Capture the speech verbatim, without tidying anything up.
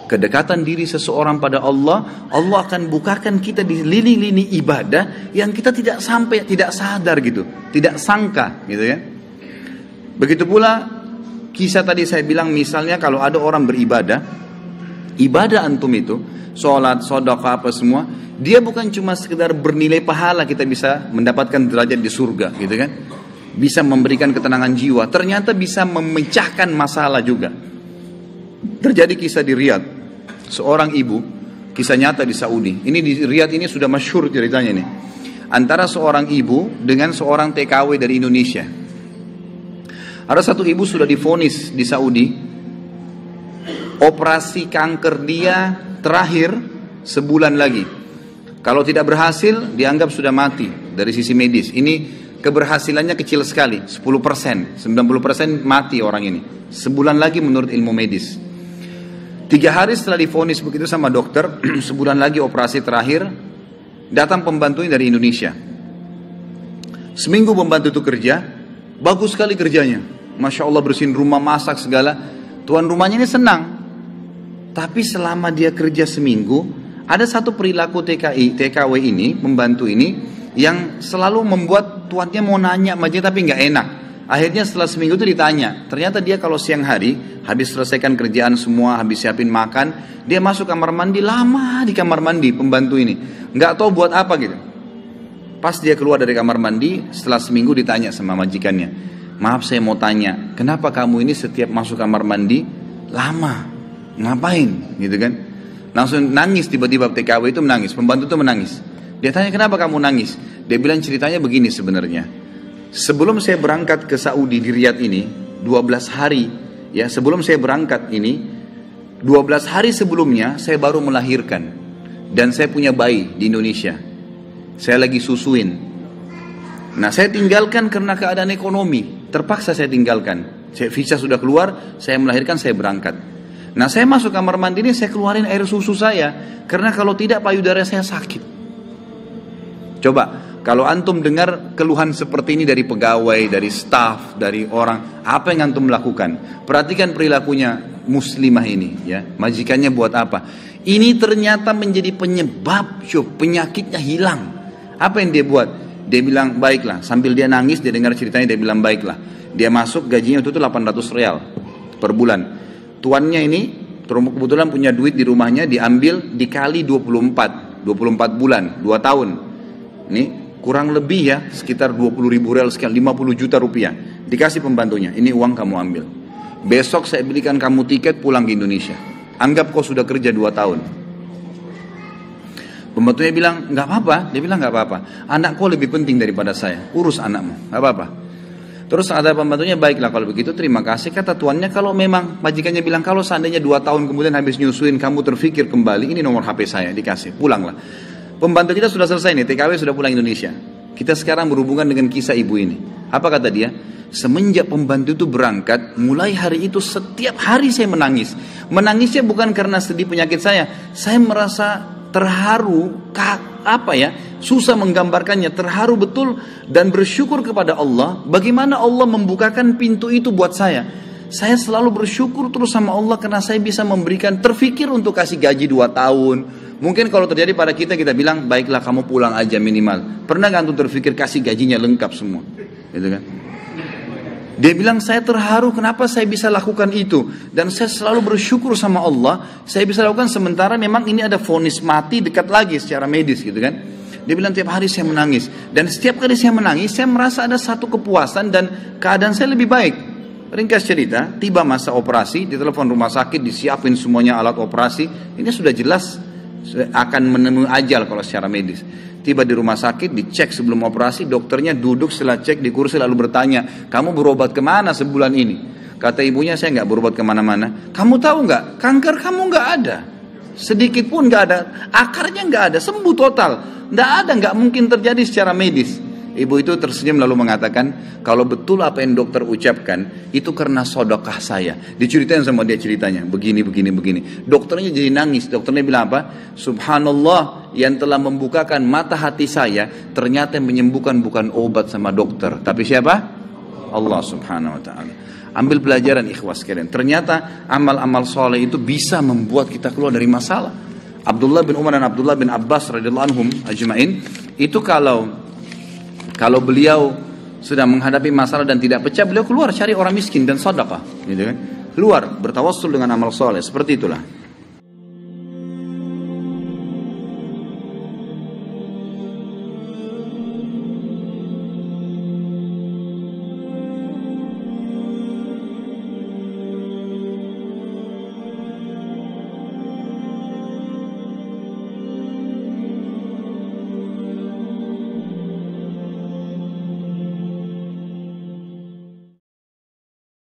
kedekatan diri seseorang pada Allah, Allah akan bukakan kita di lini-lini ibadah yang kita tidak sampai, tidak sadar gitu, tidak sangka gitu ya. Begitu pula kisah tadi saya bilang, misalnya kalau ada orang beribadah, ibadah antum itu, sholat, sedekah apa semua, dia bukan cuma sekedar bernilai pahala kita bisa mendapatkan derajat di surga gitu kan, bisa memberikan ketenangan jiwa, ternyata bisa memecahkan masalah juga. Terjadi kisah di Riyadh, seorang ibu, kisah nyata di Saudi. Ini di Riyadh ini sudah masyhur ceritanya nih. Antara seorang ibu dengan seorang T K W dari Indonesia. Ada satu ibu sudah divonis di Saudi, operasi kanker dia terakhir sebulan lagi. Kalau tidak berhasil, dianggap sudah mati dari sisi medis. Ini keberhasilannya kecil sekali, sepuluh persen, sembilan puluh persen mati orang ini. Sebulan lagi menurut ilmu medis. Tiga hari setelah divonis begitu sama dokter, sebulan lagi operasi terakhir, datang pembantunya dari Indonesia. Seminggu pembantu itu kerja, bagus sekali kerjanya. Masya Allah, bersihin rumah, masak segala. Tuan rumahnya ini senang. Tapi selama dia kerja seminggu, ada satu perilaku T K I, T K W ini, membantu ini, yang selalu membuat tuannya mau nanya sama dia tapi nggak enak. Akhirnya setelah seminggu itu ditanya, ternyata dia kalau siang hari, habis selesaikan kerjaan semua, habis siapin makan, dia masuk kamar mandi, lama di kamar mandi pembantu ini. Nggak tahu buat apa gitu. Pas dia keluar dari kamar mandi, setelah seminggu ditanya sama majikannya, maaf saya mau tanya, kenapa kamu ini setiap masuk kamar mandi, lama, ngapain gitu kan. Langsung nangis tiba-tiba, T K W itu menangis, pembantu itu menangis. Dia tanya kenapa kamu nangis, dia bilang ceritanya begini sebenarnya. Sebelum saya berangkat ke Saudi di Riyadh ini, dua belas hari, ya sebelum saya berangkat ini, dua belas hari sebelumnya saya baru melahirkan. Dan saya punya bayi di Indonesia. Saya lagi susuin. Nah saya tinggalkan karena keadaan ekonomi. Terpaksa saya tinggalkan. Saya, visa sudah keluar, saya melahirkan, saya berangkat. Nah saya masuk kamar mandi ini, saya keluarin air susu saya. Karena kalau tidak payudara saya sakit. Coba. Kalau antum dengar keluhan seperti ini dari pegawai, dari staf, dari orang, apa yang antum lakukan? Perhatikan perilakunya muslimah ini, ya. Majikannya buat apa? Ini ternyata menjadi penyebab, syuh, penyakitnya hilang. Apa yang dia buat? Dia bilang baiklah. Sambil dia nangis, dia dengar ceritanya, dia bilang baiklah. Dia masuk, gajinya itu delapan ratus rial per bulan. Tuannya ini kebetulan punya duit di rumahnya, diambil dikali dua puluh empat, dua puluh empat bulan, dua tahun. Ini kurang lebih ya sekitar dua puluh ribu rial sekian, lima puluh juta rupiah. Dikasih pembantunya, ini uang kamu ambil. Besok saya belikan kamu tiket pulang ke Indonesia. Anggap kau sudah kerja dua tahun. Pembantunya bilang, nggak apa-apa. Dia bilang nggak apa-apa. Anak kau lebih penting daripada saya. Urus anakmu, nggak apa-apa. Terus ada pembantunya, baiklah kalau begitu terima kasih. Kata tuannya, kalau memang majikannya bilang, kalau seandainya dua tahun kemudian habis nyusuin kamu terfikir kembali, ini nomor H P saya, dikasih, pulanglah. Pembantu kita sudah selesai nih, T K W sudah pulang Indonesia. Kita sekarang berhubungan dengan kisah ibu ini. Apa kata dia? Semenjak pembantu itu berangkat, mulai hari itu setiap hari saya menangis. Menangisnya bukan karena sedih penyakit saya. Saya merasa terharu, apa ya, susah menggambarkannya, terharu betul dan bersyukur kepada Allah. Bagaimana Allah membukakan pintu itu buat saya. Saya selalu bersyukur terus sama Allah karena saya bisa memberikan, terfikir untuk kasih gaji dua tahun. Mungkin kalau terjadi pada kita, kita bilang, baiklah kamu pulang aja minimal. Pernah gak antum terfikir kasih gajinya lengkap semua? Gitu kan? Dia bilang, saya terharu kenapa saya bisa lakukan itu. Dan saya selalu bersyukur sama Allah, saya bisa lakukan sementara memang ini ada vonis mati dekat lagi secara medis gitu kan. Dia bilang, tiap hari saya menangis. Dan setiap kali saya menangis, saya merasa ada satu kepuasan dan keadaan saya lebih baik. Ringkas cerita, tiba masa operasi, ditelepon rumah sakit, disiapin semuanya alat operasi. Ini sudah jelas akan menemui ajal kalau secara medis. Tiba di rumah sakit, dicek sebelum operasi, dokternya duduk setelah cek di kursi lalu bertanya, kamu berobat kemana sebulan ini? Kata ibunya, saya nggak berobat kemana-mana. Kamu tahu nggak, kanker kamu nggak ada, sedikit pun nggak ada, akarnya nggak ada, sembuh total, nggak ada, nggak mungkin terjadi secara medis. Ibu itu tersenyum lalu mengatakan, kalau betul apa yang dokter ucapkan, itu karena sedekah saya. Diceritain sama dia ceritanya, begini, begini, begini. Dokternya jadi nangis, dokternya bilang apa? Subhanallah, yang telah membukakan mata hati saya, ternyata yang menyembuhkan bukan obat sama dokter. Tapi siapa? Allah subhanahu wa ta'ala. Ambil pelajaran ikhwas sekalian. Ternyata amal-amal soleh itu bisa membuat kita keluar dari masalah. Abdullah bin Umar dan Abdullah bin Abbas radhiyallahu anhum ajma'in itu kalau kalau beliau sedang menghadapi masalah dan tidak pecah, beliau keluar cari orang miskin dan sedekah, gitu kan? Keluar bertawassul dengan amal soleh, seperti itulah.